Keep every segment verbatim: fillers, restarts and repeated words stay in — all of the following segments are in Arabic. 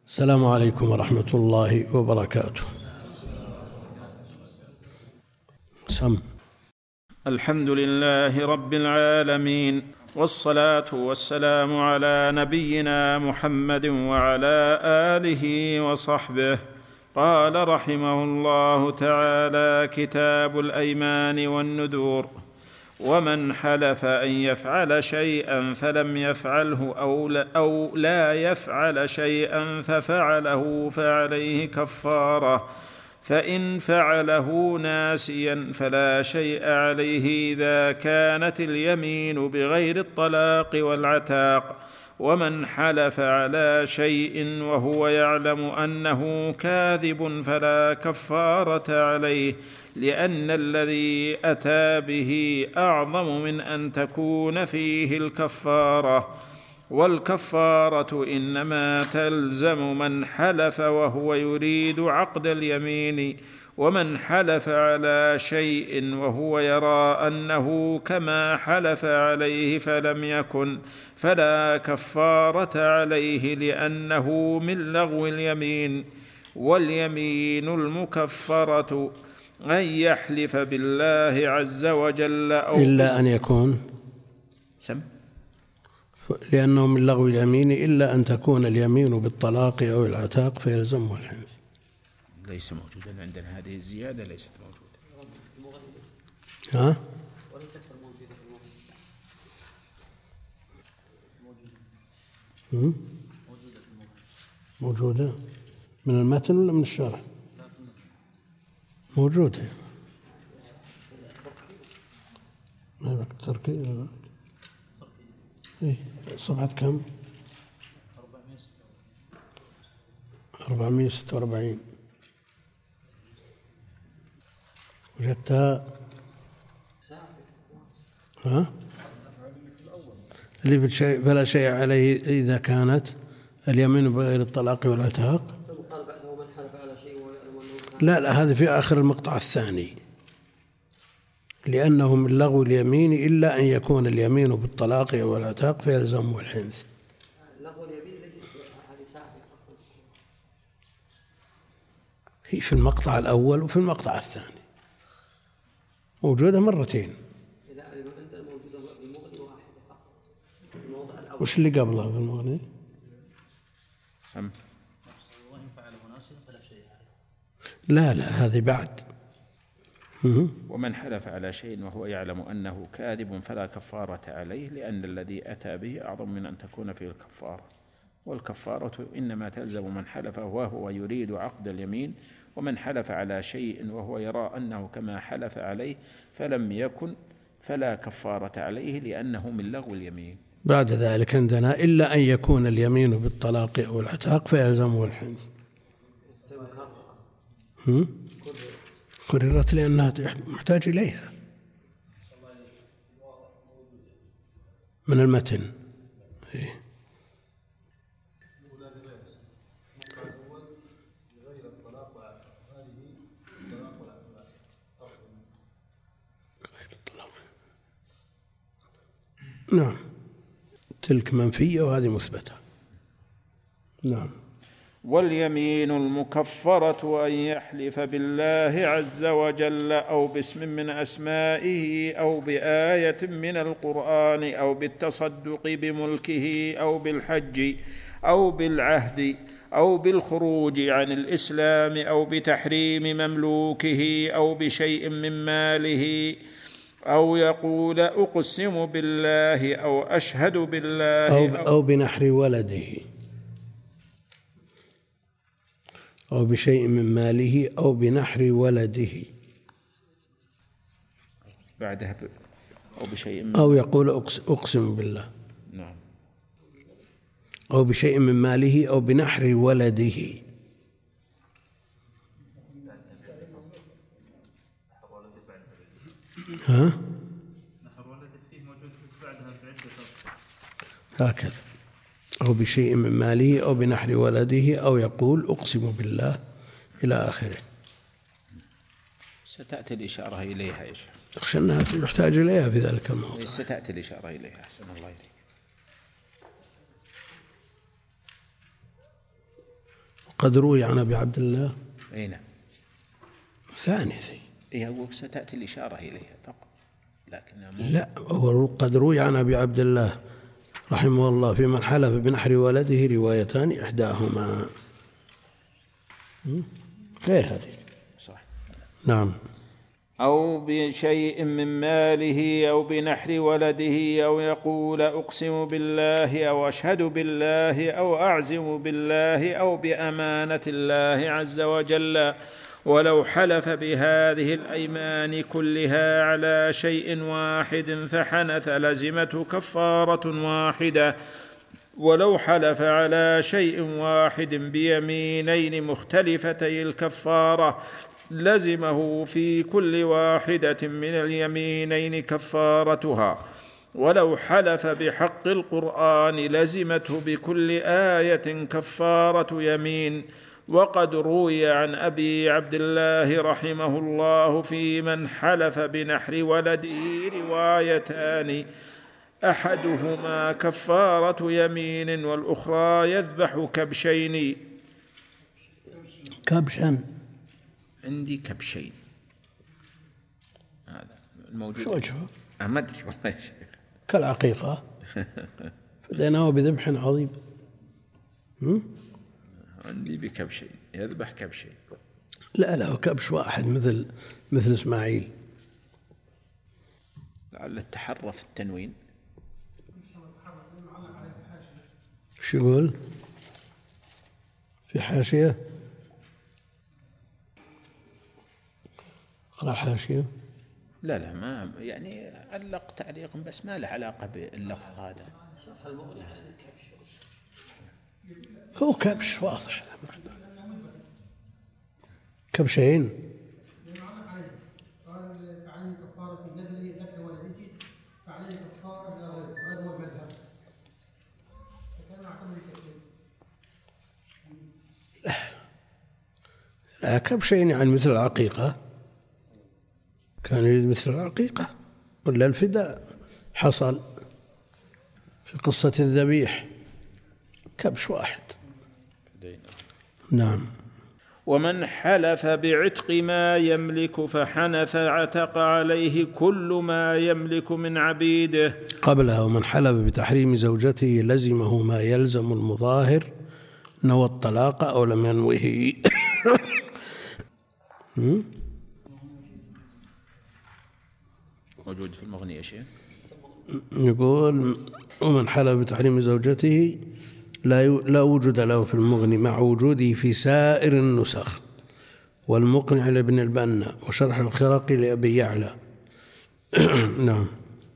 السلام عليكم ورحمة الله وبركاته. سم. الحمد لله رب العالمين، والصلاة والسلام على نبينا محمد وعلى آله وصحبه. قال رحمه الله تعالى: كتاب الأيمان والنذور: ومن حلف أن يفعل شيئا فلم يفعله أو لا يفعل شيئا ففعله فعليه كفارة، فإن فعله ناسيا فلا شيء عليه إذا كانت اليمين بغير الطلاق والعتاق. ومن حلف على شيء وهو يعلم أنه كاذب فلا كفارة عليه، لأن الذي أتى به أعظم من أن تكون فيه الكفارة. والكفارة إنما تلزم من حلف وهو يريد عقد اليمين، ومن حلف على شيء وهو يرى أنه كما حلف عليه فلم يكن فلا كفارة عليه، لأنه من لغو اليمين. واليمين المكفرة أن يحلف بالله عز وجل أو إلا أن يكون سم لأنه من لغو اليمين إلا أن تكون اليمين بالطلاق أو العتاق فيلزمه الحنث. ليس موجودا عندنا هذه الزيادة، ليست موجودة. ها؟ وليست موجودة في المغني. موجودة من المتن ولا من الشرح؟ موجودة. ما بك تركي؟ إيه صفحة كم؟ أربعمائة وستة وأربعين. وجدتها؟ ها؟ اللي بالشيء فلا شيء عليه إذا كانت اليمين بغير الطلاق والعتاق. لا لا هذا في آخر المقطع الثاني، لأنه من لغو اليمين إلا أن يكون اليمين بالطلاق أو العتاق فيلزمه الحنث. لغو اليمين ليس هذه ساعة هي في المقطع الأول وفي المقطع الثاني موجودة مرتين. وش اللي قبلها في المغني؟ سم. لا لا هذه بعد. ومن حلف على شيء وهو يعلم أنه كاذب فلا كفارة عليه، لأن الذي أتى به أعظم من أن تكون فيه الكفارة. والكفارة إنما تلزم من حلف وهو يريد عقد اليمين، ومن حلف على شيء وهو يرى أنه كما حلف عليه فلم يكن فلا كفارة عليه، لأنه من لغو اليمين. بعد ذلك عندنا إلا أن يكون اليمين بالطلاق أو العتاق فيلزمه الحنث. كررت لأنها محتاج إليها من المتن. إيه. نعم تلك منفية وهذه مثبتة. نعم. واليمين المكفرة أن يحلف بالله عز وجل أو باسم من أسمائه أو بآية من القرآن أو بالتصدق بملكه أو بالحج أو بالعهد أو بالخروج عن الإسلام أو بتحريم مملوكه أو بشيء من ماله، أو يقول أقسم بالله أو أشهد بالله أو, أو بنحر ولده أو بشيء من ماله أو بنحر ولده بعدها ب... أو بشيء من أو يقول أقسم بالله. نعم. أو بشيء من ماله أو بنحر ولده. ها؟ نحر ولده فيه موجود بس بعدها بعدة هكذا. أو بشيء من ماله أو بنحر ولده أو يقول أقسم بالله إلى آخره. ستأتي الإشارة إليها يا شيخ. أخشى أنها يحتاج إليها في ذلك الموضوع. ستأتي الإشارة إليها. أحسن الله إليك. قد روي عن أبي عبد الله. أي نعم. ثاني شيء. إيه هو ستأتي الإشارة إليها فقط، لكن لا، هو قد روي عن أبي عبد الله رحمه الله في من حلف بنحر ولده روايتان إحداهما غير هذه. صح. نعم. أو بشيء من ماله أو بنحر ولده، أو يقول أقسم بالله أو أشهد بالله أو أعزم بالله أو بأمانة الله عز وجل، ولو حلف بهذه الأيمان كلها على شيء واحد فحنث لزمته كفارة واحدة، ولو حلف على شيء واحد بيمينين مختلفتي الكفارة لزمه في كل واحدة من اليمينين كفارتها، ولو حلف بحق القرآن لزمته بكل آية كفارة يمين. وقد روي عن أبي عبد الله رحمه الله في من حلف بنحر ولده روايتان، أحدهما كفارة يمين والأخرى يذبح كبشين. كبشا عندي كبشين، هذا الموجود. شو وجهه؟ أه ما أدري والله يا شيخ. كالعقيقة فديناه بذبح عظيم. عندي بكبشين، يذبح كبشين. لا لا، كبش واحد مثل مثل إسماعيل. لعل التحرف التنوين. شو يقول في حاشية؟ اقرأ الحاشية. لا لا ما يعني علق تعليق بس ما له علاقة باللفظ هذا. هو كبش واضح. كبشين. لا كبشين يعني مثل العقيقة، كان يريد مثل العقيقة ولا الفداء حصل في قصة الذبيح. كبش واحد. نعم. ومن حلف بعتق ما يملك فحنث عتق عليه كل ما يملك من عبيده. قبلها ومن حلف بتحريم زوجته لزمه ما يلزم المظاهر نوى الطلاق أو لم ينوه. موجود في المغني يا شيخ. يقول ومن حلف بتحريم زوجته لا لا وجود له في المغني مع وجوده في سائر النسخ، والمقنع لابن البنا وشرح الخرقي لأبي يعلى. نعم.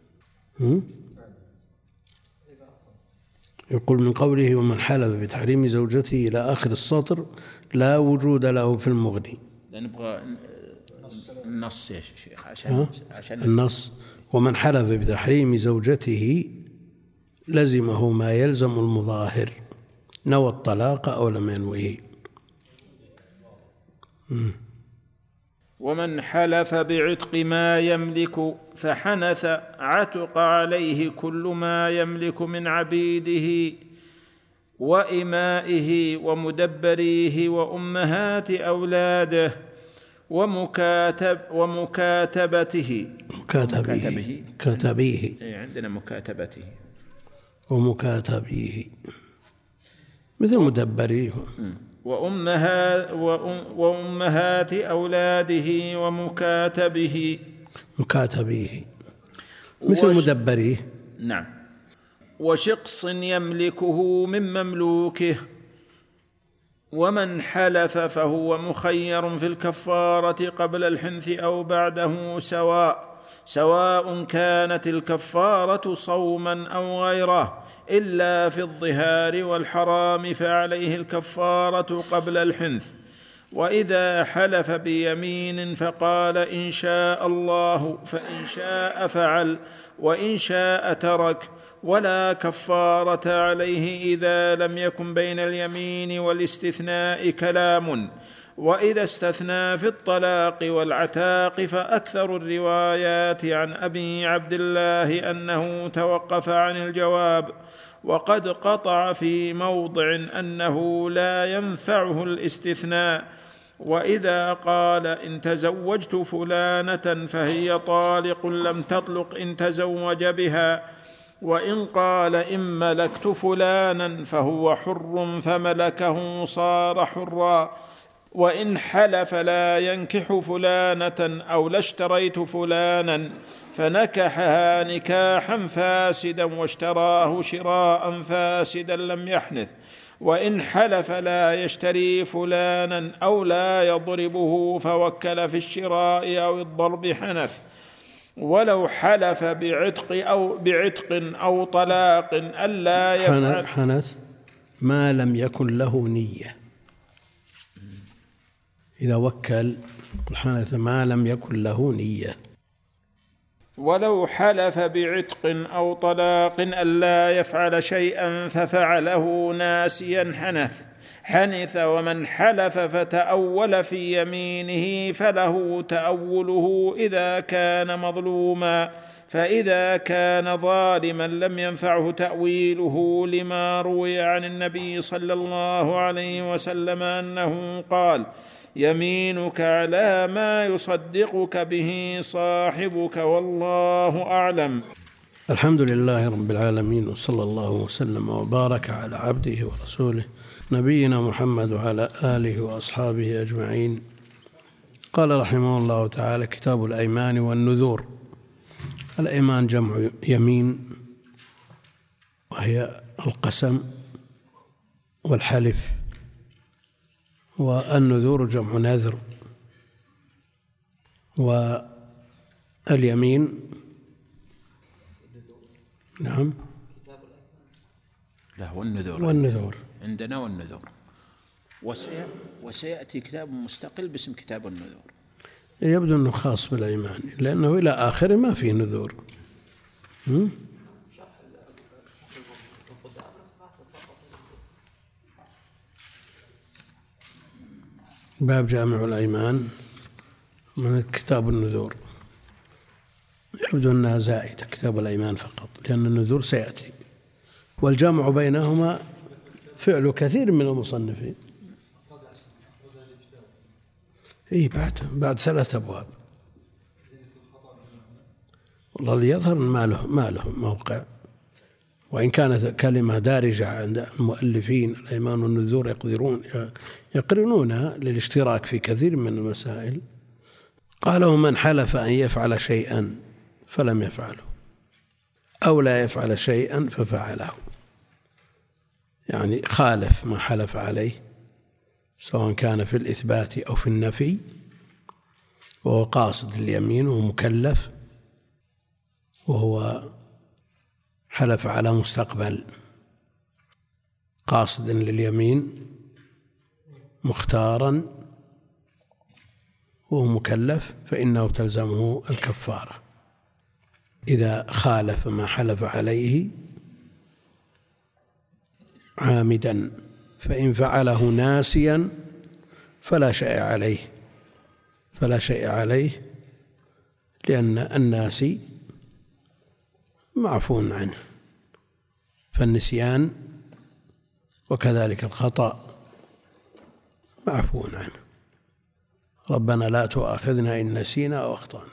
يقول من قوله ومن حلف بتحريم زوجته إلى آخر السطر لا وجود له في المغني. نبغى النص يا شيخ عشان عشان النص. ومن حلف بتحريم زوجته لزمه ما يلزم المظاهر نوى الطلاق أو لم ينوه. ومن حلف بعتق ما يملك فحنث عتق عليه كل ما يملك من عبيده وإمائه ومدبريه وأمهات أولاده ومكاتب ومكاتبته مكاتبيه كاتبيه عندنا مكاتبته ومكاتبيه مثل مدبريه وأمها وأمهات أولاده ومكاتبه مكاتبيه مثل وش... مدبريه. نعم. وشقص يملكه من مملوكه. ومن حلف فهو مخير في الكفارة قبل الحنث أو بعده سواء سواء كانت الكفارة صوما أو غيره، إلا في الظهار والحرام فعليه الكفارة قبل الحنث. وإذا حلف بيمين فقال إن شاء الله فإن شاء فعل وإن شاء ترك، ولا كفارة عليه إذا لم يكن بين اليمين والاستثناء كلام. وإذا استثنى في الطلاق والعتاق فأكثر الروايات عن أبي عبد الله أنه توقف عن الجواب، وقد قطع في موضع أنه لا ينفعه الاستثناء. وإذا قال إن تزوجت فلانة فهي طالق لم تطلق إن تزوج بها. وإن قال إن ملكت فلانا فهو حر فملكه صار حرا. وإن حلف لا ينكح فلانة أو لا اشتريت فلانا فنكحها نكاحا فاسدا واشتراه شراء فاسدا لم يحنث. وإن حلف لا يشتري فلانا أو لا يضربه فوكل في الشراء أو الضرب حنث. ولو حلف بعتق أو بعتق أو طلاق ألا يفعل حنث ما لم يكن له نية. إذا وكل حنث ما لم يكن له نية. ولو حلف بعتق أو طلاق ألا يفعل شيئا ففعله ناسيا حنث حنث. ومن حلف فتأول في يمينه فله تأوله إذا كان مظلوما. فإذا كان ظالما لم ينفعه تأويله، لما روي عن النبي صلى الله عليه وسلم أنه قال: يمينك على ما يصدقك به صاحبك والله أعلم. الحمد لله رب العالمين، وصلى الله وسلم وبارك على عبده ورسوله نبينا محمد وعلى آله وأصحابه أجمعين. قال رحمه الله تعالى: كتاب الأيمان والنذور. الأيمان جمع يمين، وهي القسم والحلف، والنذور جمع نذر. واليمين نعم لا والنذور والنذور عندنا والنذور، وسيأتي كتاب مستقل باسم كتاب النذور. يبدو أنه خاص بالأيمان، لأنه إلى آخره ما فيه نذور. باب جامع الأيمان من كتاب النذور، يبدو أنها زائدة كتاب الأيمان فقط، لأن النذور سيأتي، والجمع بينهما فعل كثير من المصنفين. إيه بعد بعد ثلاث أبواب. والله اللي يظهر ما له ما له موقع، وإن كانت كلمة دارجة عند المؤلفين. الأيمان والنذور يقدرون يقرنونها للاشتراك في كثير من المسائل. قالوا: من حلف أن يفعل شيئا فلم يفعله، أو لا يفعل شيئا ففعله، يعني خالف ما حلف عليه، سواء كان في الإثبات أو في النفي، وهو قاصد اليمين ومكلف، وهو حلف على مستقبل قاصد لليمين مختارا وهو مكلف، فإنه تلزمه الكفارة إذا خالف ما حلف عليه عامدا. فإن فعله ناسيا فلا شيء عليه فلا شيء عليه لأن الناسي معفو عنه، فالنسيان وكذلك الخطأ معفو عنه. ربنا لا تؤاخذنا إن نسينا أو أخطأنا.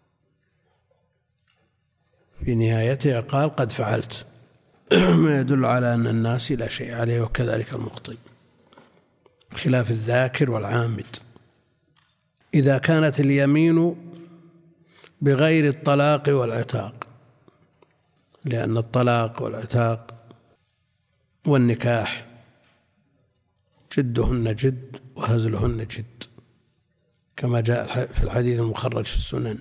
في نهايتها قال: قد فعلت، ما يدل على أن الناسي لا شيء عليه، وكذلك المخطئ، خلاف الذاكر والعامد. إذا كانت اليمين بغير الطلاق والعتاق، لأن الطلاق والعتاق والنكاح جدهن جد وهزلهن جد، كما جاء في الحديث المخرج في السنن.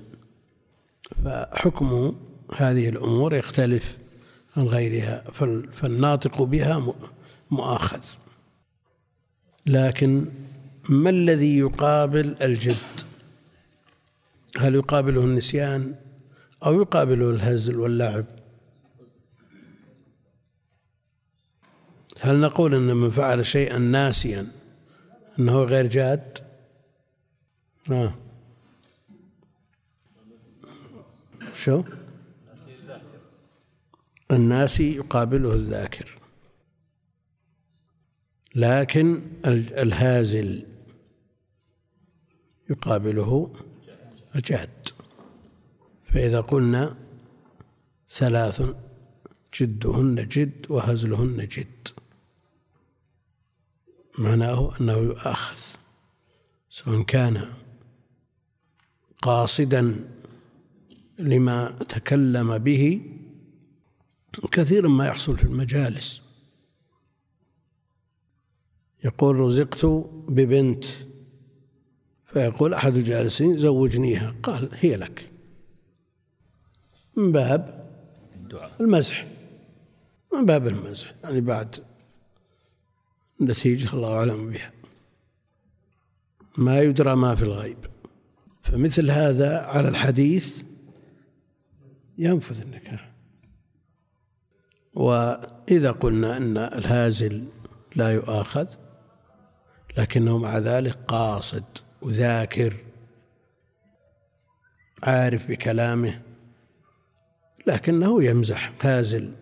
فحكم هذه الأمور يختلف عن غيرها، فالناطق بها مؤاخذ. لكن ما الذي يقابل الجد؟ هل يقابله النسيان أو يقابله الهزل واللعب؟ هل نقول أن من فعل شيئا ناسيا أنه غير جاد؟ آه. شو؟ الناسي يقابله الذاكر، لكن الهازل يقابله الجاد. فإذا قلنا ثلاث جدهن جد وهزلهن جد، معناه أنه يؤاخذ، سواء كان قاصدا لما تكلم به. كثيرا ما يحصل في المجالس، يقول رزقت ببنت، فيقول أحد الجالسين زوجنيها، قال هي لك، من باب المزح، من باب المزح، يعني بعد النتيجة الله أعلم بها، ما يدرى ما في الغيب. فمثل هذا على الحديث ينفذ النكاح. وإذا قلنا أن الهازل لا يؤاخذ، لكنه مع ذلك قاصد وذاكر عارف بكلامه، لكنه يمزح هازل،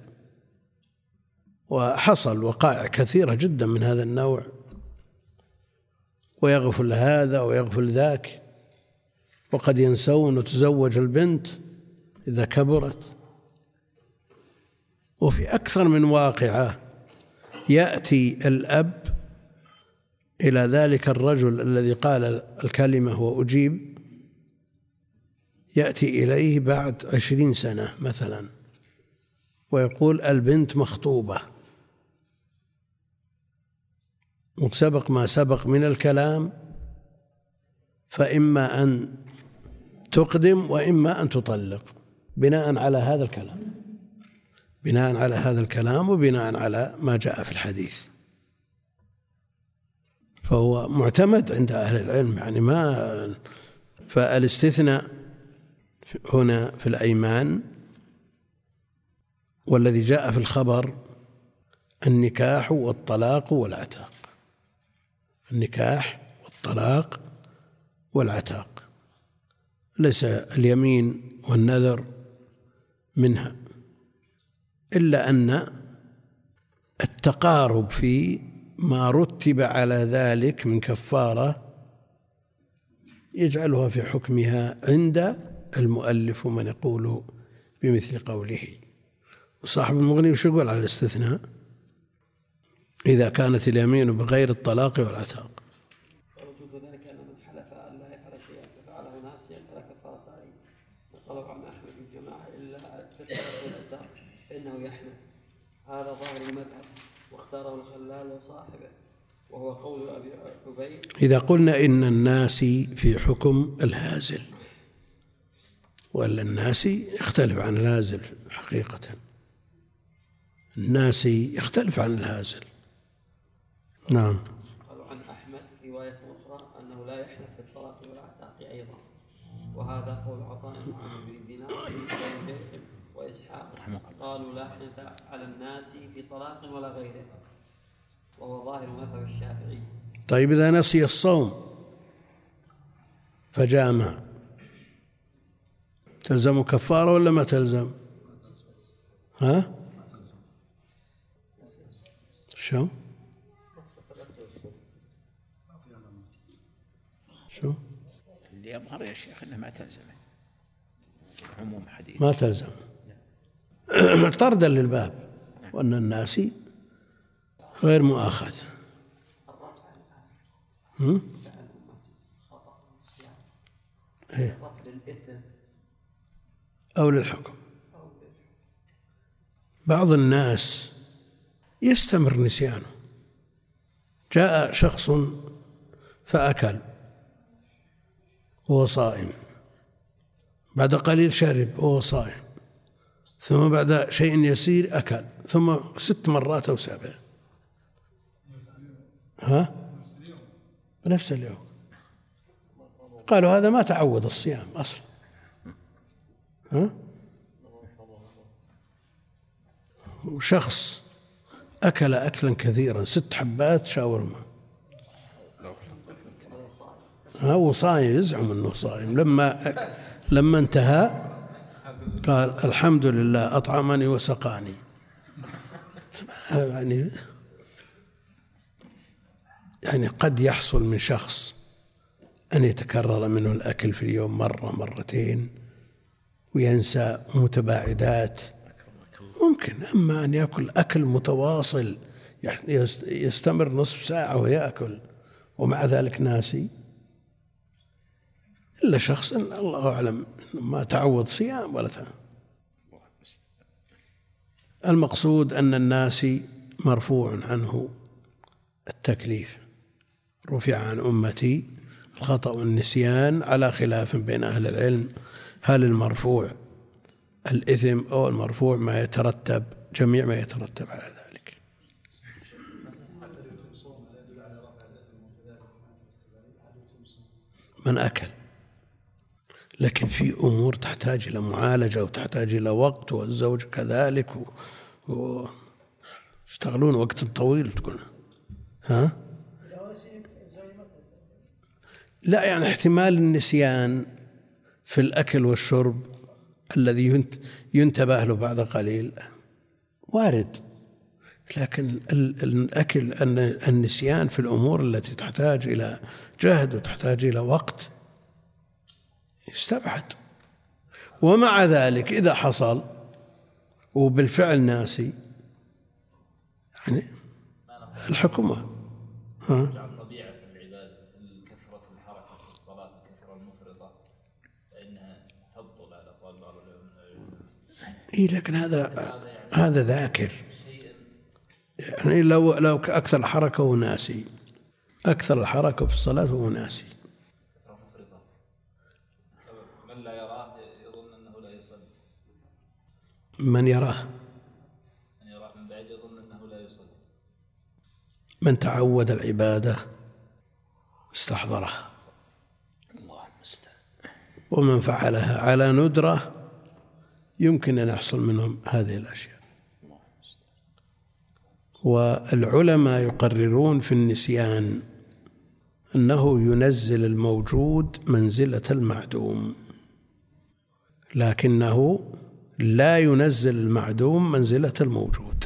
وحصل وقائع كثيرة جدا من هذا النوع، ويغفل هذا ويغفل ذاك، وقد ينسون وتزوج البنت إذا كبرت. وفي أكثر من واقعة يأتي الأب إلى ذلك الرجل الذي قال الكلمة وأجيب، يأتي إليه بعد عشرين سنة مثلا ويقول البنت مخطوبة، وسبق ما سبق من الكلام، فإما أن تقدم وإما أن تطلق، بناء على هذا الكلام، بناء على هذا الكلام وبناء على ما جاء في الحديث. فهو معتمد عند أهل العلم، يعني ما فالاستثناء هنا في الأيمان، والذي جاء في الخبر النكاح والطلاق والعتاق، النكاح والطلاق والعتاق، ليس اليمين والنذر منها، إلا أن التقارب في ما رتب على ذلك من كفارة يجعلها في حكمها عند المؤلف ومن يقول بمثل قوله. وصاحب المغني وش يقول على الاستثناء إذا كانت اليمين بغير الطلاق والعتاق؟ ووجود ذلك أن من حلف أن لا يفعل شيئا ففعله ناسيا فلا كفارة عليه. نقلوا عن أحمد الجماعة إلا تتبعه الأدار فإنه يحنث. هذا ظاهر المذهب واختاره الخلال وصاحبه، وهو قول أبي عبيد. إذا قلنا إن الناسي في حكم الهازل، ولا الناسي يختلف عن الهازل حقيقة، الناسي يختلف عن الهازل. نعم. قالوا عن أحمد رواية أخرى أنه لا يحنث في الطلاق والعتاق أيضا، وهذا قول عطاء بن دينار وإسحاق، قالوا لا حنث على الناس في طلاق ولا غيره، وهو ظاهر مذهب الشافعي. طيب إذا نسي الصوم فجامع تلزم كفارة ولا ما تلزم؟ ها؟ شو؟ شو؟ اللي يظهر يا شيخ أنه ما تلزم عموم حديث، ما تلزم طردا للباب، وأن الناسي غير مؤاخذ. هم؟ إيه؟ أو للحكم. بعض الناس يستمر نسيانه، جاء شخص فأكل وهو صائم، بعد قليل شرب وهو صائم، ثم بعد شيء يسير أكل، ثم ست مرات أو سبع، ها؟ بنفس اليوم. قالوا هذا ما تعود الصيام أصلا، ها؟ وشخص أكل أكلا كثيرا، ست حبات شاورما، ها، وصايم، يزعم أنه صايم، لما لما انتهى قال الحمد لله أطعمني وسقاني. يعني يعني قد يحصل من شخص أن يتكرر منه الأكل في اليوم مرة مرتين وينسى متباعدات، ممكن. أما أن يأكل أكل متواصل يستمر نصف ساعة ويأكل ومع ذلك ناسي، إلا شخص الله أعلم ما تعود صيام ولا تعود. المقصود أن الناسي مرفوع عنه التكليف، رفع عن أمتي الخطأ والنسيان، على خلاف بين أهل العلم هل المرفوع الإثم أو المرفوع ما يترتب جميع ما يترتب على ذلك. من أكل، لكن في أمور تحتاج إلى معالجة وتحتاج إلى وقت، والزوج كذلك، ويشتغلون وقت طويل. تقول ها؟ لا، يعني احتمال النسيان في الأكل والشرب الذي ينتبه له بعد قليل وارد، لكن الأكل النسيان في الأمور التي تحتاج إلى جهد وتحتاج إلى وقت يستبعد. ومع ذلك إذا حصل وبالفعل ناسي، يعني الحكمة ها؟ طبيعة العبادة مثل كثرة الحركة في الصلاة، الكثرة المفرطة، فإنها تبطل على قول بعض العلماء. إيه، لكن هذا هذا ذاكر، يعني لو لو أكثر الحركة وناسي، أكثر الحركة في الصلاة وناسي. من لا يراه يظن أنه لا يصلي. من يراه من يراه من بعيد يظن أنه لا يصلي. من تعود العبادة استحضرها، الله المستعان. ومن فعلها على ندرة يمكن أن يحصل منهم هذه الأشياء. والعلماء يقررون في النسيان أنه ينزل الموجود منزلة المعدوم، لكنه لا ينزل المعدوم منزلة الموجود.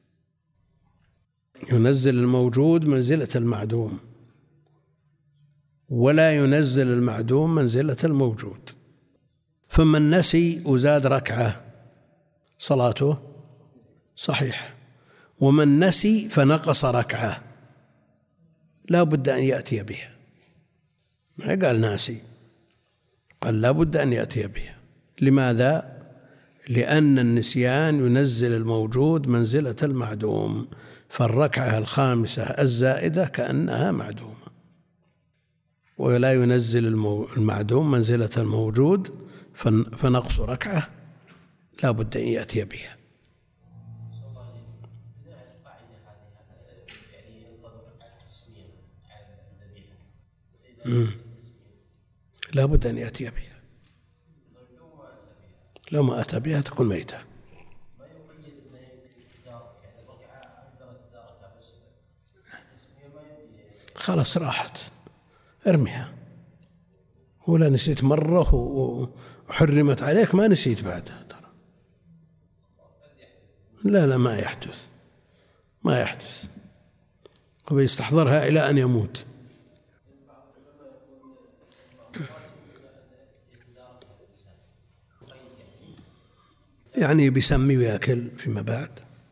ينزل الموجود منزلة المعدوم، ولا ينزل المعدوم منزلة الموجود. فمن نسي وزاد ركعة صلاته صحيح، ومن نسي فنقص ركعة لا بد أن يأتي بها. ما قال ناسي، قال لا بد أن يأتي بها. لماذا؟ لأن النسيان ينزل الموجود منزلة المعدوم، فالركعة الخامسة الزائدة كأنها معدومة. ولا ينزل المعدوم منزلة الموجود، فنقص ركعة لا بد أن يأتي بها. لا بد أن يأتي بها، لو ما أتى بها تكون ميتة. خلاص راحت، ارميها. ولا نسيت مرة وحرمت عليك ما نسيت بعدها ترى. لا لا ما يحدث، ما يحدث، وبيستحضرها إلى أن يموت. يعني بيسمي ويأكل فيما بعد.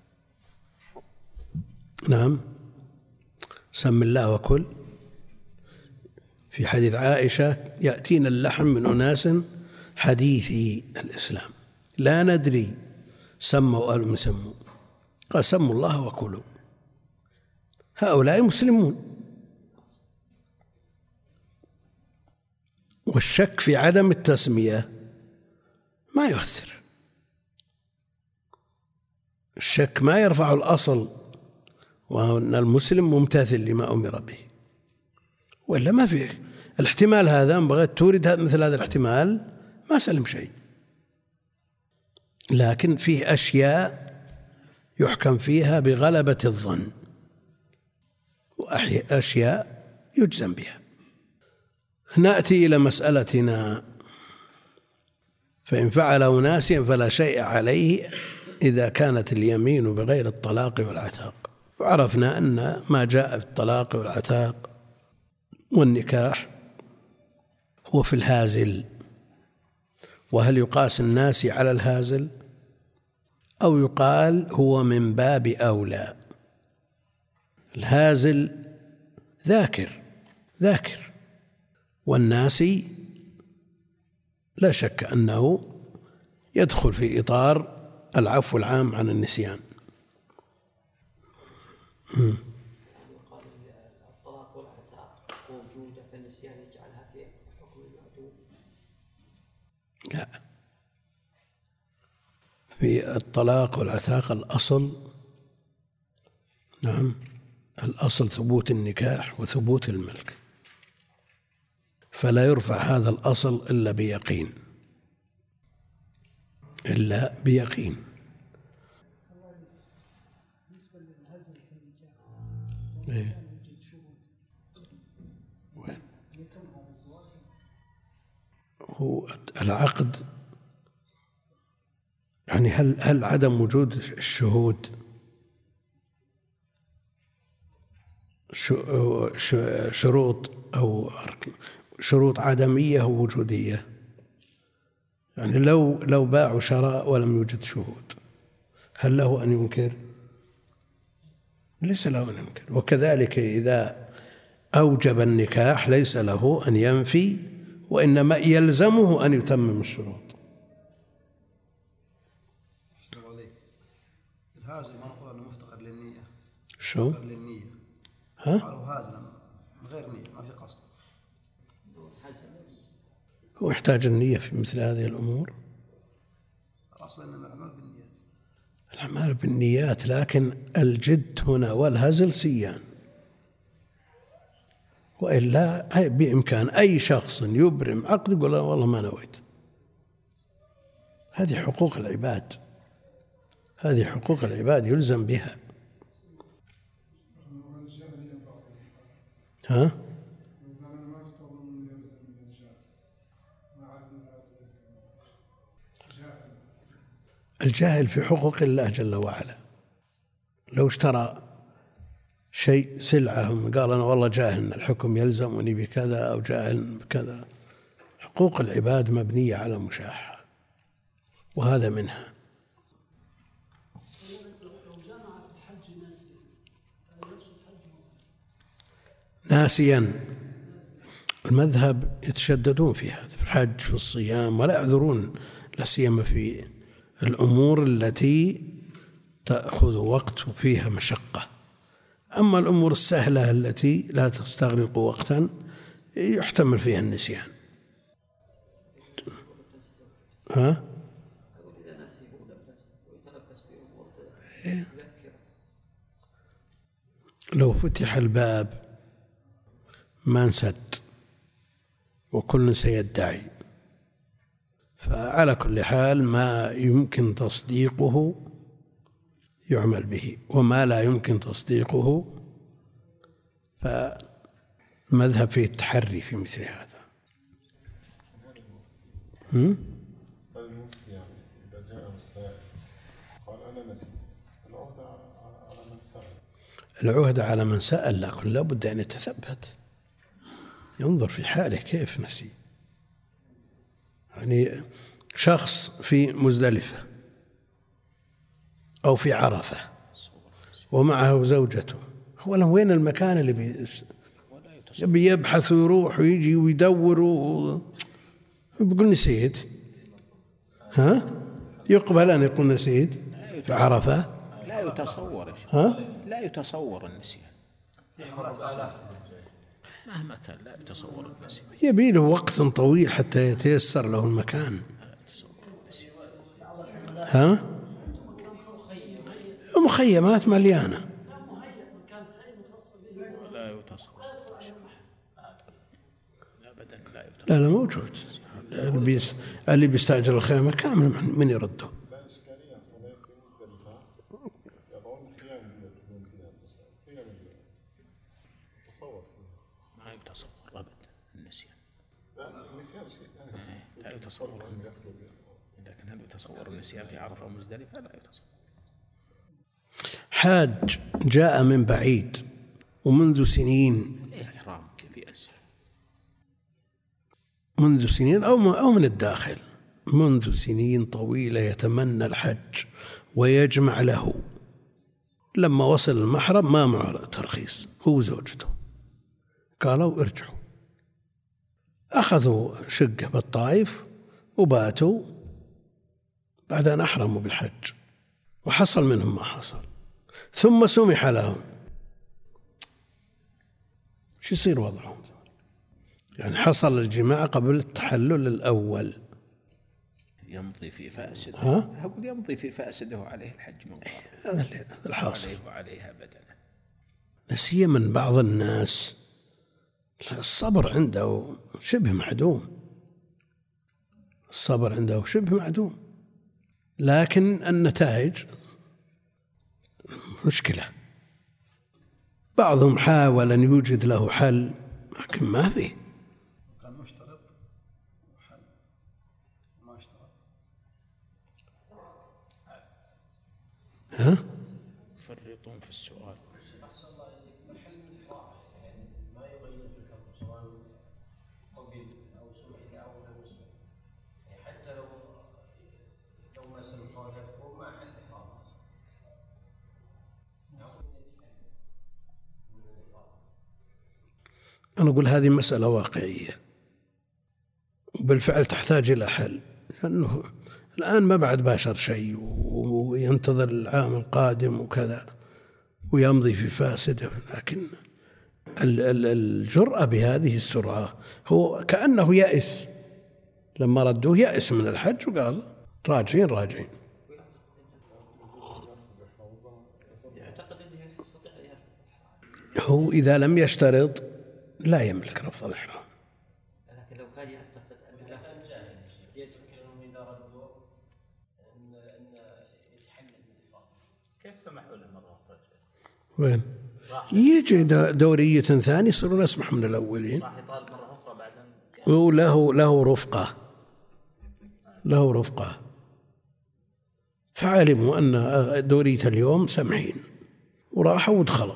نعم، سم الله وكل. في حديث عائشة يأتينا اللحم من أناس حديثي الإسلام لا ندري سموا أو لم يسموا، قال سموا الله وكلوا. هؤلاء مسلمون. والشك في عدم التسمية ما يؤثر، الشك ما يرفع الأصل، وأن المسلم ممتثل لما أمر به. وإلا ما فيه الاحتمال هذا، أن بغيت تورد مثل هذا الاحتمال ما سلم شيء. لكن فيه أشياء يحكم فيها بغلبة الظن، وأشياء يجزم بها. نأتي إلى مسألتنا فإن فعله ناسيا فلا شيء عليه إذا كانت اليمين بغير الطلاق والعتاق. وعرفنا أن ما جاء في الطلاق والعتاق والنكاح هو في الهازل. وهل يقاس الناسي على الهازل أو يقال هو من باب أولى؟ الهازل ذاكر ذاكر والناسي لا شك أنه يدخل في إطار العفو العام عن النسيان. يقال الطلاق والعتاق موجودة في النسيان يجعلها في حكم المعدوم؟ لا، في الطلاق والعتاق الأصل نعم الأصل ثبوت النكاح وثبوت الملك، فلا يرفع هذا الأصل إلا بيقين إلا بيقين. إيه؟ هو العقد يعني هل هل عدم وجود الشهود شروط أو شروط عدمية أو وجودية؟ يعني لو لو باعوا شراء ولم يوجد شهود هل له أن ينكر؟ ليس له أن ينكر. وكذلك إذا أوجب النكاح ليس له أن ينفي، وإنما يلزمه أن يتمم الشروط. الهازل ما نقول أنه مفتقر للنية. شو؟ مفتقر للنية. ها؟ قالوا هازلا من غير نية ما في قصد. هو يحتاج النية في مثل هذه الأمور؟ الأصل إنما الأعمال بالنيات. الأعمال بالنيات، لكن الجد هنا والهزل سيان، وإلا بإمكان أي شخص يبرم عقد يقول والله ما نويت. هذه حقوق العباد، هذه حقوق العباد يلزم بها. ها؟ الجاهل في حقوق الله جل وعلا لو اشترى شيء سلعة قال أنا والله جاهل الحكم يلزمني بكذا أو جاهل بكذا، حقوق العباد مبنية على مشاحة وهذا منها. ناسيا المذهب يتشددون في هذا، في الحج في الصيام، ولا يعذرون لا سيما في الأمور التي تأخذ وقت وفيها مشقة. أما الأمور السهلة التي لا تستغرق وقتا يحتمل فيها النسيان. ها؟ لو فتح الباب ما انسد وكل سيدعي، فعلى كل حال ما يمكن تصديقه يعمل به، وما لا يمكن تصديقه فمذهب فيه التحري في مثل هذا. هم؟ المفتي يعني إذا جاء السائل قال أنا نسيت، العهدة على من سأل. العهدة على من سأل، لكن لا بد أن يتثبت، ينظر في حاله كيف نسي. يعني شخص في مزدلفة أو في عرفة ومعه زوجته، هو له وين المكان اللي بي يبي يبحث ويروح ويجي ويدور و... بيقول نسيت. ها؟ يقبل أن يقول نسيت في عرفة؟ لا يتصور. ها؟ لا يتصور النسيان مهما كان، لا يتصور النسيان. يبي له وقت طويل حتى يتيسر له المكان. ها؟ مخيمات مليانة. لا يتصور أبدا، لا يتصور. لا لا موجود. اللي بيستأجر الخيمة كامل من يرده؟ ما يتصور أبدا النسيان. لا النسيان شيء ثاني. لا يتصور. لكن هل يتصور النسيان في عرفة ومزدلفة؟ لا يتصور. حاج جاء من بعيد ومنذ سنين، إحرام كيف يأسر؟ منذ سنين أو أو من الداخل، منذ سنين طويلة يتمنى الحج ويجمع له. لما وصل المحرم ما معه ترخيص هو زوجته، قالوا ارجعوا. أخذوا شقة بالطائف وباتوا بعد أن أحرموا بالحج، وحصل منهم ما حصل، ثم سمح لهم. شو يصير وضعهم؟ يعني حصل الجماع قبل التحلل الأول، يمضي في فاسد. ها؟ أقول يمضي في فاسده وعليه الحج من قبل. هذا هذا الحاصل. عليه وعليها بدنه. نسيا من بعض الناس الصبر عنده شبه معدوم، الصبر عنده شبه معدوم، لكن النتائج مشكلة. بعضهم حاول أن يوجد له حل لكن ما فيه. كان مشترط حل ما اشترط. ها؟ يفرطون في السؤال. ما يغير في الحكم سواء طبيب أو سمعي أو غير مسمع، حتى لو لو ما سمحوا له فهو ما حل إحرام. أنا أقول هذه مسألة واقعية وبالفعل تحتاج إلى حل، لأنه الآن ما بعد باشر شيء وينتظر العام القادم وكذا ويمضي في فاسده. لكن الجرأة بهذه السرعة، هو كأنه يأس لما ردوه، يأس من الحج وقال راجعين راجعين. هو إذا لم يشترط لا يملك رفض الإحرام. لكن لو كان يعتقد أن لا يتركهم إذا ردوا أن أن يتحلل بالإحرام. كيف سمحوا له مرة أخرى؟ وين؟ يجي دورية ثانية يصيرون أسمح من الأولين. راح يطالب مرة أخرى بعدين. وله له رفقة، له رفقة، فعلموا أن دورية اليوم سمحين وراحوا ودخلوا.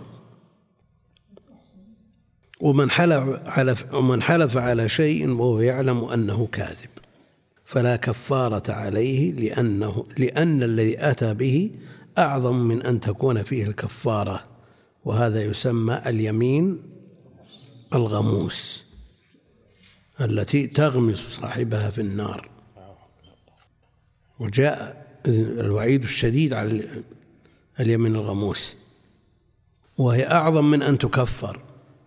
ومن حلف على ومن حلف على شيء وهو يعلم أنه كاذب فلا كفارة عليه، لأنه لأن الذي أتى به أعظم من أن تكون فيه الكفارة، وهذا يسمى اليمين الغموس التي تغمس صاحبها في النار. وجاء الوعيد الشديد على اليمين الغموس، وهي أعظم من أن تكفر.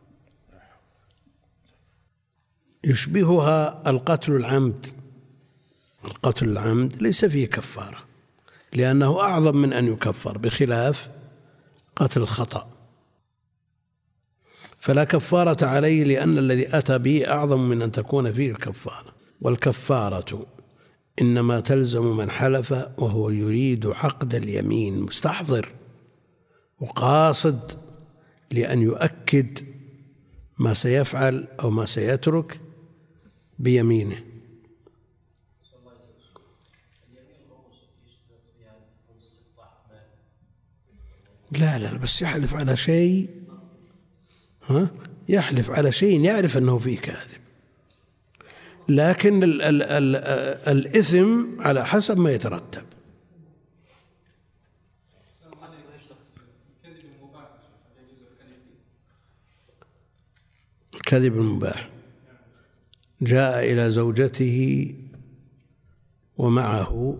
يشبهها القتل العمد. القتل العمد ليس فيه كفارة لأنه أعظم من أن يكفر، بخلاف قتل الخطأ فلا كفارة عليه، لأن الذي أتى به أعظم من أن تكون فيه الكفارة. والكفارة إنما تلزم من حلف وهو يريد عقد اليمين، مستحضر وقاصد لأن يؤكد ما سيفعل أو ما سيترك بيمينه. لا لا بس يحلف على شيء، ها يحلف على شيء يعرف أنه فيه كاذب، لكن ال ال ال الإثم على حسب ما يترتب. الكذب المباح. جاء إلى زوجته ومعه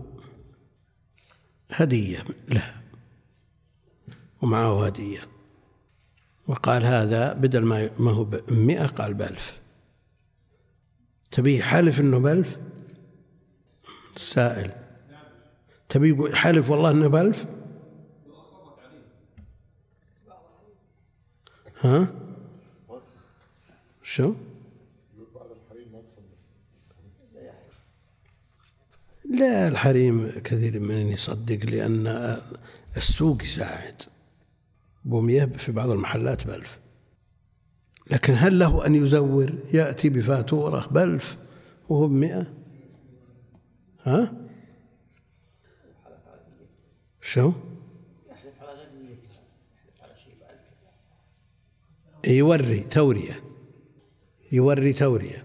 هدية له ومعه هدية، وقال هذا بدل ما هو بمئة قال بألف. تبي حلف إنه بألف؟ سائل تبي يقول حلف والله إنه بألف؟ ها؟ شو؟ لا الحريم كثير من يصدق، لأن السوق يساعد بمية في بعض المحلات بألف، لكن هل له أن يزور يأتي بفاتورة بألف وهو بمئة؟ ها؟ شو؟ يحلف على غير نيته، يحلف على شيء بعد. يوري تورية، يوري تورية.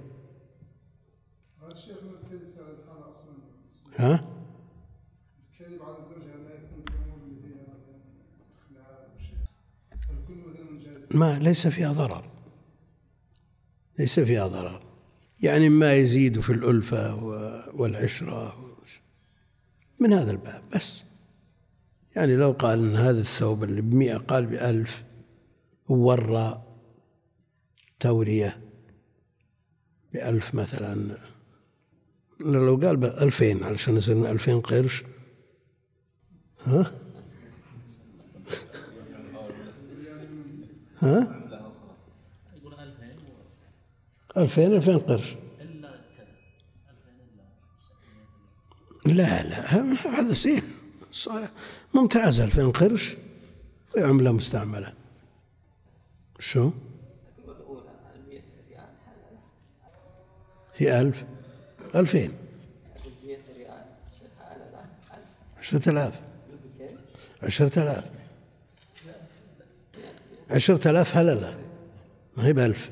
ها؟ الكذب على الزوجة لا يكون في الأمور اللي فيها خلاف شيء. الكل مثلا جائز. ما ليس فيها ضرر، ليس فيها ضرر، يعني ما يزيد في الألفة والعشرة من هذا الباب بس. يعني لو قال إن هذا الثوب اللي بمئة قال بألف وورى تورية بألف مثلا، لو قال بألفين علشان يصير من ألفين قرش، ها ها ألفين ألفين قرش، لا لا هذا زين ممتاز. ألفين قرش وعملة مستعملة. شو هي ألف ألفين عشرة آلاف عشرة آلاف عشرة آلاف هللة ما هي بألف.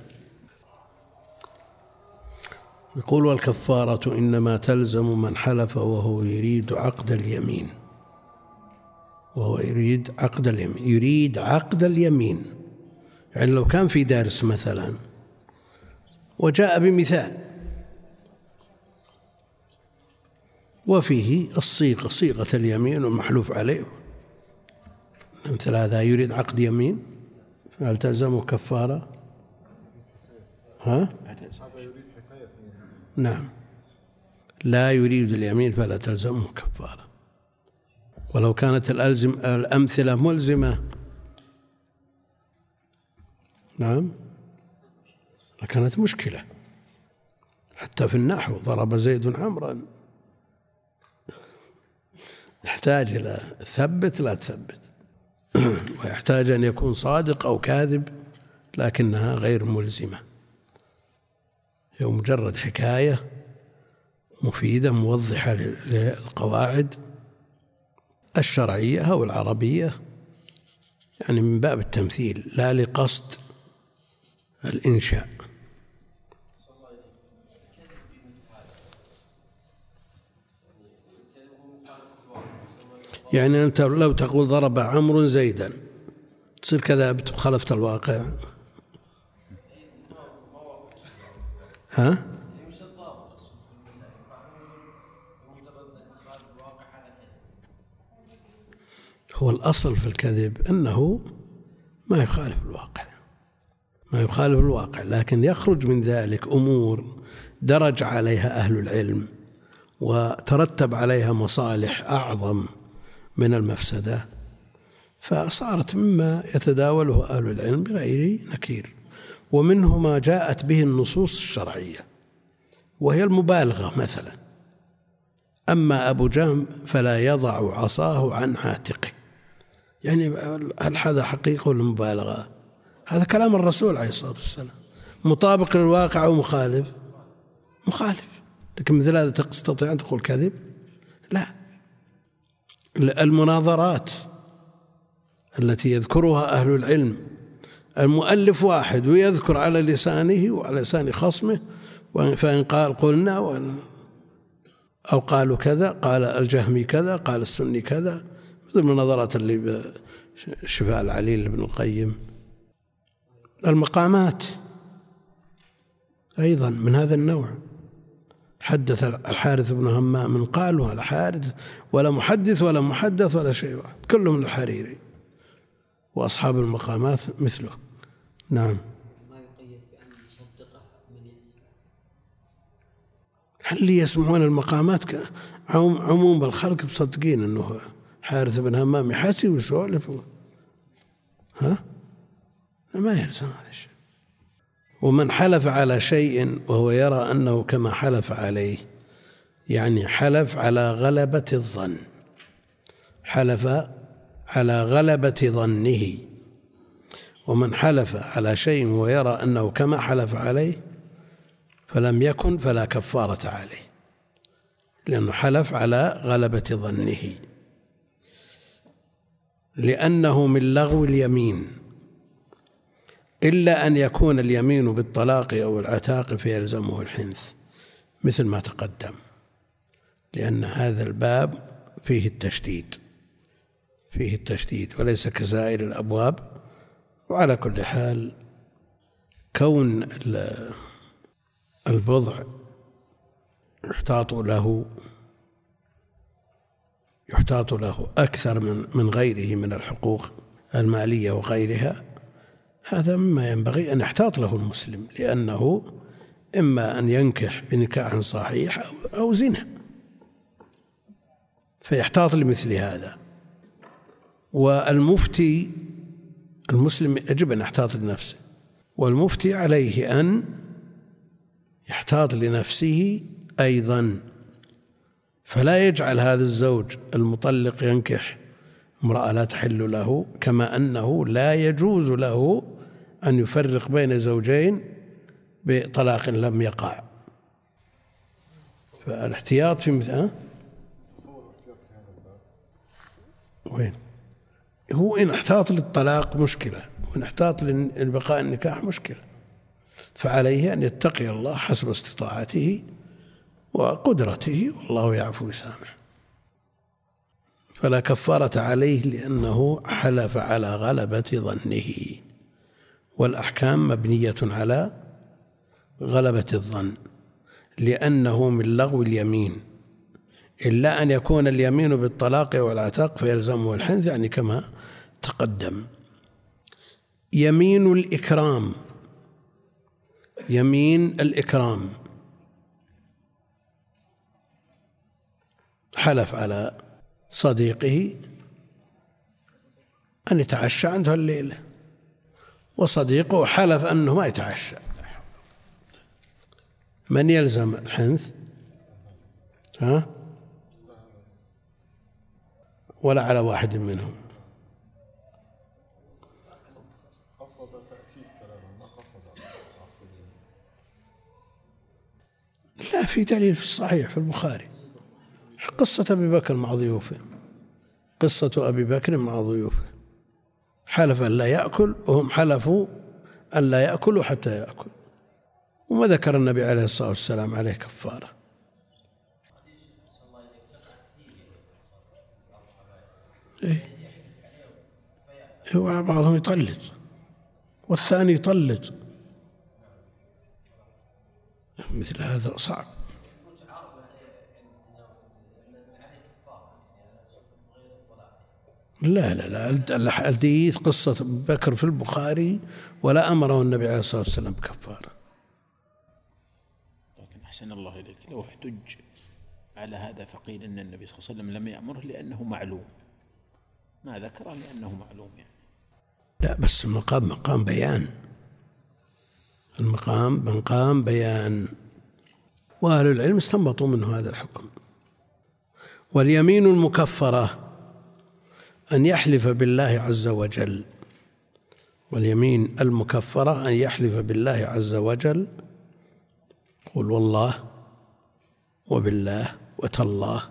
يقول والكفارة إنما تلزم من حلف وهو يريد عقد اليمين، وهو يريد عقد اليمين، يريد عقد اليمين. يعني لو كان في درس مثلا وجاء بمثال وفيه الصيغة صيغة اليمين والمحلوف عليه، مثل هذا يريد عقد يمين، هل تلزمه كفارة؟ ها؟ نعم، لا يريد اليمين فلا تلزمه كفارة. ولو كانت الألزم الأمثلة ملزمة نعم لكانت مشكلة. حتى في النحو ضرب زيد عمرا يحتاج إلى ثبت لا تثبت، ويحتاج أن يكون صادق أو كاذب، لكنها غير ملزمة، هي مجرد حكاية مفيدة موضحة للقواعد الشرعية أو العربية، يعني من باب التمثيل لا لقصد الإنشاء. يعني أنت لو تقول ضرب عمرو زيدا تصير كذبت وخالفت الواقع. ها؟ هو الأصل في الكذب أنه ما يخالف الواقع، ما يخالف الواقع، لكن يخرج من ذلك أمور درج عليها أهل العلم وترتب عليها مصالح أعظم من المفسدة، فصارت مما يتداوله أهل العلم بغير نكير. ومنه ما جاءت به النصوص الشرعية وهي المبالغة مثلا، أما أبو جهم فلا يضع عصاه عن عاتقه، يعني هل هذا حقيقة ولا مبالغة؟ هذا كلام الرسول عليه الصلاة والسلام مطابق للواقع أو مخالف؟ مخالف. لكن مثل هذا تستطيع أن تقول كذب؟ لا. المناظرات التي يذكرها أهل العلم، المؤلف واحد ويذكر على لسانه وعلى لسان خصمه، فإن قال قلنا أو قالوا كذا، قال الجهمي كذا، قال السني كذا، مثل المناظرات اللي بشفاء العليل بن القيم. المقامات أيضا من هذا النوع، حدث الحارث بن همام من قال ولا حارث ولا محدث ولا محدث ولا شيء، كله من الحريري، وأصحاب المقامات مثله. نعم. ما يقيد بأن يصدقه من يسمع. اللي يسمعون المقامات عموم الخلق مصدقين أنه حارث بن همام يحكي ويسولف، ها ما يلزم هذا الشيء. ومن حلف على شيء وهو يرى أنه كما حلف عليه، يعني حلف على غلبة الظن، حلف على غلبة ظنه. ومن حلف على شيء ويرى أنه كما حلف عليه فلم يكن فلا كفارة عليه، لأنه حلف على غلبة ظنه. لأنه من لغو اليمين، إلا أن يكون اليمين بالطلاق أو العتاق فيلزمه الحنث مثل ما تقدم، لأن هذا الباب فيه التشديد فيه التشديد وليس كسائر الأبواب. وعلى كل حال كون البضع يحتاط له يحتاط له أكثر من من غيره من الحقوق المالية وغيرها، هذا مما ينبغي أن يحتاط له المسلم، لأنه إما أن ينكح بنكاح صحيح أو, أو زنا، فيحتاط لمثل هذا. والمفتي المسلم يجب أن يحتاط لنفسه، والمفتي عليه أن يحتاط لنفسه أيضا، فلا يجعل هذا الزوج المطلق ينكح امرأة لا تحل له، كما أنه لا يجوز له أن يفرق بين زوجين بطلاق لم يقع. فالاحتياط في مثل وين هو إن احتاط للطلاق مشكلة، وإن احتاط لبقاء النكاح مشكلة، فعليه أن يتقي الله حسب استطاعته وقدرته، والله يعفو ويسامح. فلا كفارة عليه لأنه حلف على غلبة ظنه، والأحكام مبنية على غلبة الظن، لأنه من لغو اليمين، إلا أن يكون اليمين بالطلاق والعتاق فيلزمه الحنث، يعني كما تقدم. يمين الإكرام، يمين الإكرام حلف على صديقه أن يتعشى عنده الليلة، وصديقه حلف أنه ما يتعشى، من يلزم الحنث؟ ها؟ ولا على واحد منهم. لا، في دليل في الصحيح في البخاري قصة أبي بكر مع ضيوفه، قصة أبي بكر مع ضيوفه، حلف أن لا يأكل وهم حلفوا أن لا يأكلوا حتى يأكل، وما ذكر النبي عليه الصلاة والسلام عليه كفارة. إيه؟ هو بعضهم يطلق والثاني يطلق، مثل هذا صعب. لا لا لا الحديث قصة بكر في البخاري ولا أمره النبي عليه الصلاة والسلام بكفارة. لكن أحسن الله إليك، لو احتج على هذا فقيل أن النبي صلى الله عليه وسلم لم يأمره لأنه معلوم، ما ذكر لأنه معلوم يعني. لا بس المقام مقام بيان، المقام مقام بيان، وأهل العلم استنبطوا منه هذا الحكم. واليمين المكفرة أن يحلف بالله عز وجل، واليمين المكفرة أن يحلف بالله عز وجل، قل والله وبالله وتالله،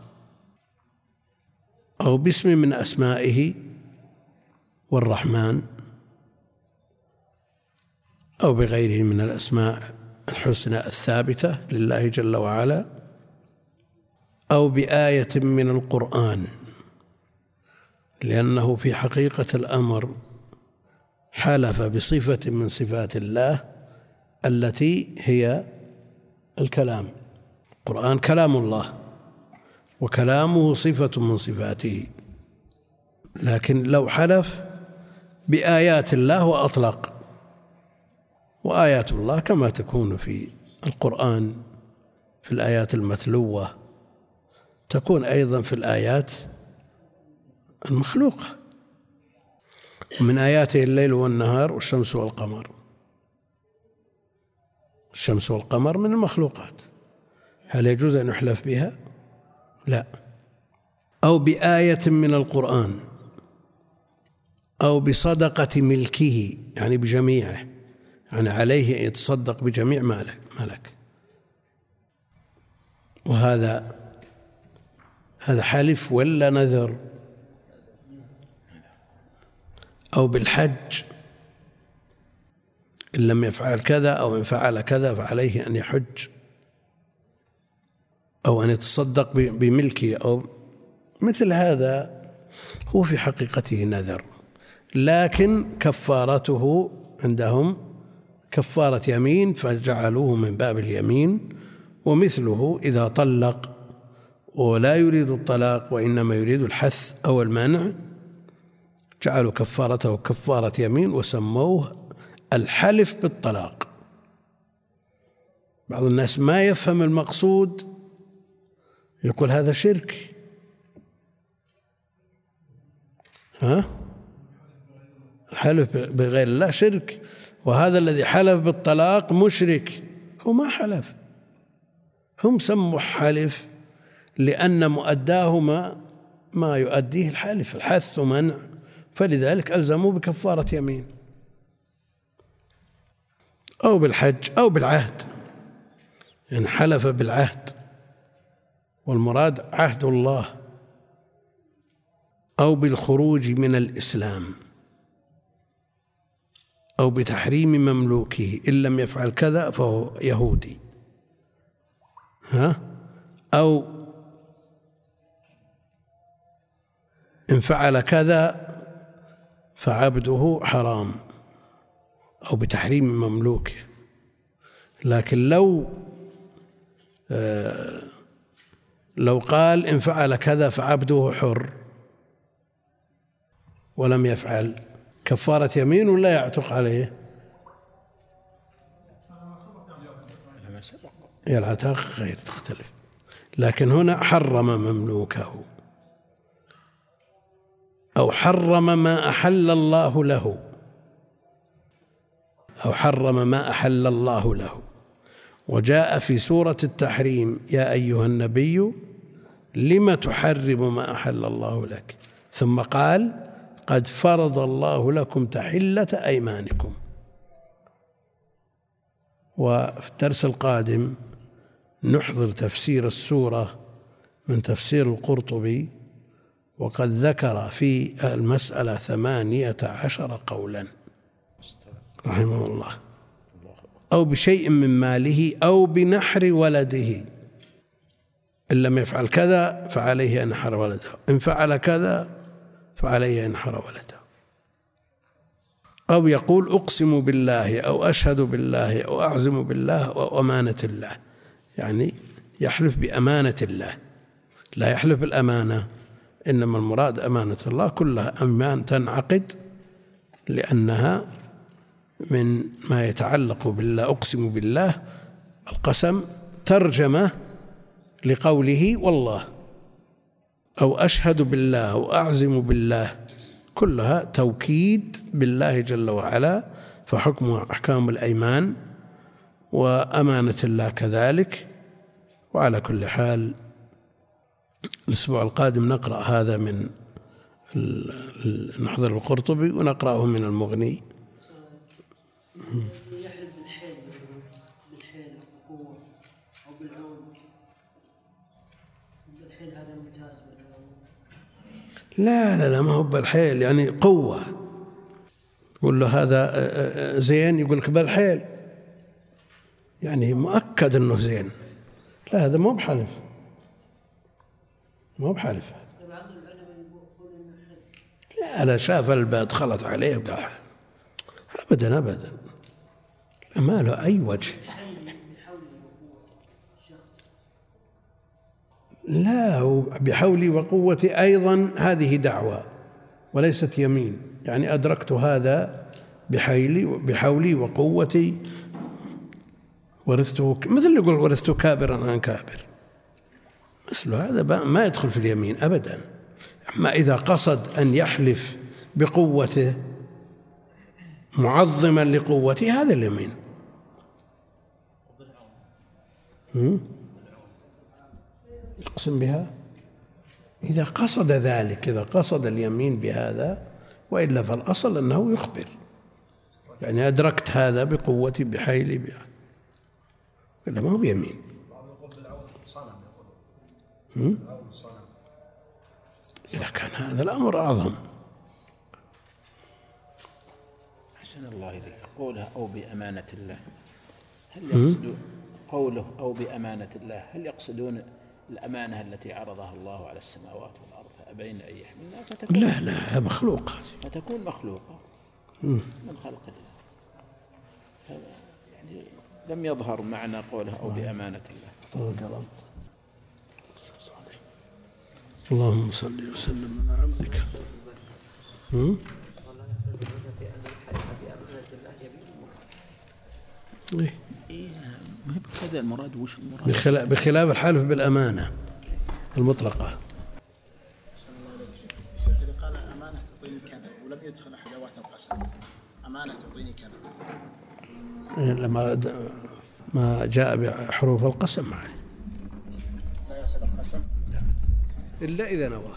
أو باسم من أسمائه والرحمن، أو بغيره من الأسماء الحسنى الثابتة لله جل وعلا، أو بآية من القرآن، لأنه في حقيقة الأمر حلف بصفة من صفات الله التي هي الكلام. القرآن كلام الله وكلامه صفة من صفاته، لكن لو حلف بآيات الله وأطلق، وآيات الله كما تكون في القرآن في الآيات المتلوة تكون أيضا في الآيات المخلوقة، ومن آياته الليل والنهار والشمس والقمر. الشمس والقمر من المخلوقات، هل يجوز أن يحلف بها؟ لا. أو بآية من القرآن، أو بصدقة ملكه يعني بجميعه، يعني عليه أن يتصدق بجميع مالك مالك وهذا هذا حلف ولا نذر؟ أو بالحج إن لم يفعل كذا أو إن فعل كذا فعليه أن يحج أو أن يتصدق بملكه أو مثل هذا، هو في حقيقته نذر، لكن كفارته عندهم كفارة يمين فجعلوه من باب اليمين. ومثله إذا طلق ولا يريد الطلاق وإنما يريد الحث أو المنع جعلوا كفارته كفارة يمين وسموه الحلف بالطلاق. بعض الناس ما يفهم المقصود يقول هذا شرك. ها؟ الحلف بغير الله شرك، وهذا الذي حلف بالطلاق مشرك. هو ما حلف، هم سموا حلف لأن مؤداهما ما يؤديه الحلف، الحث ومنع، فلذلك ألزموا بكفارة يمين أو بالحج أو بالعهد، يعني حلف بالعهد والمراد عهد الله، أو بالخروج من الإسلام، أو بتحريم مملوكه إن لم يفعل كذا فهو يهودي، ها؟ أو إن فعل كذا فعبده حرام، أو بتحريم مملوكه. لكن لو آه لو قال إن فعل كذا فعبده حر ولم يفعل كفارة يمين ولا يعتق عليه؟ العتاق غير تختلف، لكن هنا حرم مملوكه أو حرم ما أحل الله له، أو حرم ما أحل الله له. وجاء في سورة التحريم يا أيها النبي لم تحرم ما أحل الله لك، ثم قال قد فرض الله لكم تحلة أيمانكم. وفي الدرس القادم نحضر تفسير السورة من تفسير القرطبي، وقد ذكر في المسألة ثمانية عشر قولا رحمه الله، أو بشيء من ماله أو بنحر ولده، إن لم يفعل كذا فعليه أن ينحر ولده، إن فعل كذا فعليه أن ينحر ولده. أو يقول أقسم بالله أو أشهد بالله أو أعزم بالله أو أمانة الله، يعني يحلف بأمانة الله، لا يحلف بالأمانة، إنما المراد أمانة الله، كلها أمان تنعقد لأنها من ما يتعلق بالله. أقسم بالله القسم ترجمة لقوله والله، أو أشهد بالله أو أعزم بالله كلها توكيد بالله جل وعلا، فحكمها أحكام الأيمان وأمانة الله كذلك. وعلى كل حال الأسبوع القادم نقرأ هذا من نحضر القرطبي ونقرأه من المغني. يحلف بالحيل بالحيل بالقوة أو بالعون، بالحيل هذا ممتاز. لا لا لا ما هو بالحيل، يعني قوة. يقول له هذا زين، يقول لك بالحيل، يعني مؤكد أنه زين. لا هذا مو بحلف، مو بحلف. لا لا شاف الباب خلط عليه وقال أبدا أبدا، ما له أي وجه. لا بحولي وقوتي أيضا هذه دعوة وليست يمين، يعني أدركت هذا بحيلي بحولي وقوتي ورثته، مثل يقول ورثته كابرا عن كابر، مثل هذا ما يدخل في اليمين أبدا. أما إذا قصد أن يحلف بقوته معظما لقوته هذا اليمين. يقسم بها إذا قصد ذلك، إذا قصد اليمين بهذا، وإلا فالأصل أنه يخبر، يعني أدركت هذا بقوتي بحيلي بها، إلا ما هو بيمين. إذا كان هذا الأمر أعظم أحسن الله إليك. قوله أو بأمانة الله، هل يقصدون قوله أو بأمانة الله هل يقصدون الأمانة التي عرضها الله على السماوات والأرض فأبين أن يحملنها فتكون لا لا مخلوقة فتكون مخلوقة من خلق الله، يعني لم يظهر معنى قوله أو بأمانة الله. اللهم صل وسلم على عبدك. إيه؟ ما هي بهذا المراد. وش المراد؟ بخلاف, بخلاف الحلف بالأمانة المطلقة. أحسن الله عليك شيخ. الشيخ إذا قال أمانة تعطيني كذا ولم يدخل أدوات القسم، أمانة تعطيني كذا، لما ما جاء بحروف القسم معي سيأخذ القسم لا. إلا إذا نوى.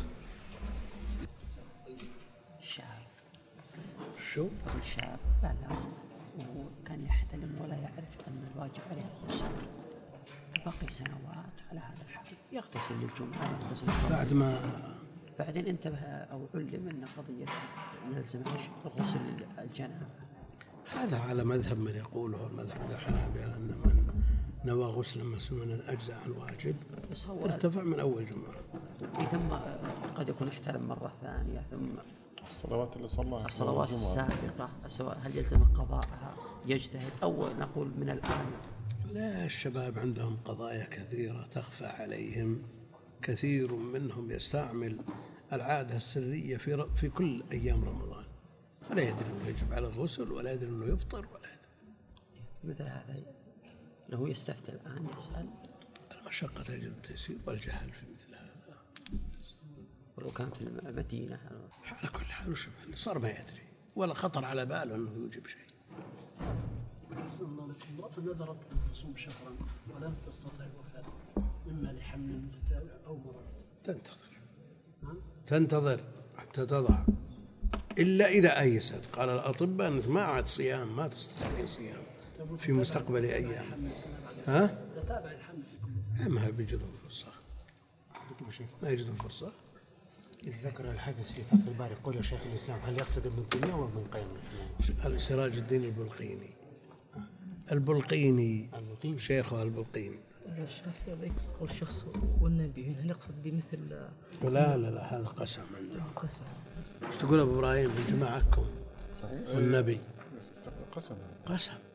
شاب شو؟ شاب بلغ وهو كان يحتلم ولا يعرف أن الواجب عليه الغسل، فبقي سنوات على هذا الحال، يغتسل للجمعة يغتسل بعد ما بعدين انتبه أو علم أن قضية يلزم غسل الجنابة. هذا على مذهب من يقوله المذهب الحنابلة أن من نوى غسلا مسنونا أجزاء عن واجب ارتفع من أول جمعة. ثم قد يكون احتلم مرة ثانية، ثم الصلوات اللي صلاها الصلوات السابقة سواء هل يلزم قضاءها يجتهد أو نقول من الآن؟ لا، الشباب عندهم قضايا كثيرة تخفى عليهم، كثير منهم يستعمل العادة السرية في في كل أيام رمضان، ولا يدري أنه يجب على الغسل ولا يدري أنه يفطر ولا يدري. مثل هذا له يستفتي الآن يسأل. المشقة تجلب التيسير والجهل في مثل هذا. ولو كان في المدينة على كل حال وشبه صار ما يدري ولا خطر على باله أنه يوجب شيء. أحسن الله لكم. امرأة نذرت أن تصوم شهرا ولم تستطع الوفاء إما لحمل متتابع أو مرض، تنتظر نعم؟ تنتظر حتى تضع، إلا إذا أيست. قال الأطباء أنك ما عاد صيام، ما تستطيع صيام في مستقبل أيام. ها؟ تتابع الحمل في كل سنة. ما يجدون فرصة، ما يجدون فرصة. إذ ذكر الحافظ في فتح الباري قول يا شيخ الإسلام هل يقصد ابن تيمية أو ابن القيم؟ سراج الدين البلقيني. البلقيني شيخه البلقيني. الشخص أو الشخص والنبي هل يقصد بمثل؟ لا لا لا هذا قسم عنده. قسم. ايش تقول أبو إبراهيم في جماعتكم؟ صحيح. والنبي قسم قسم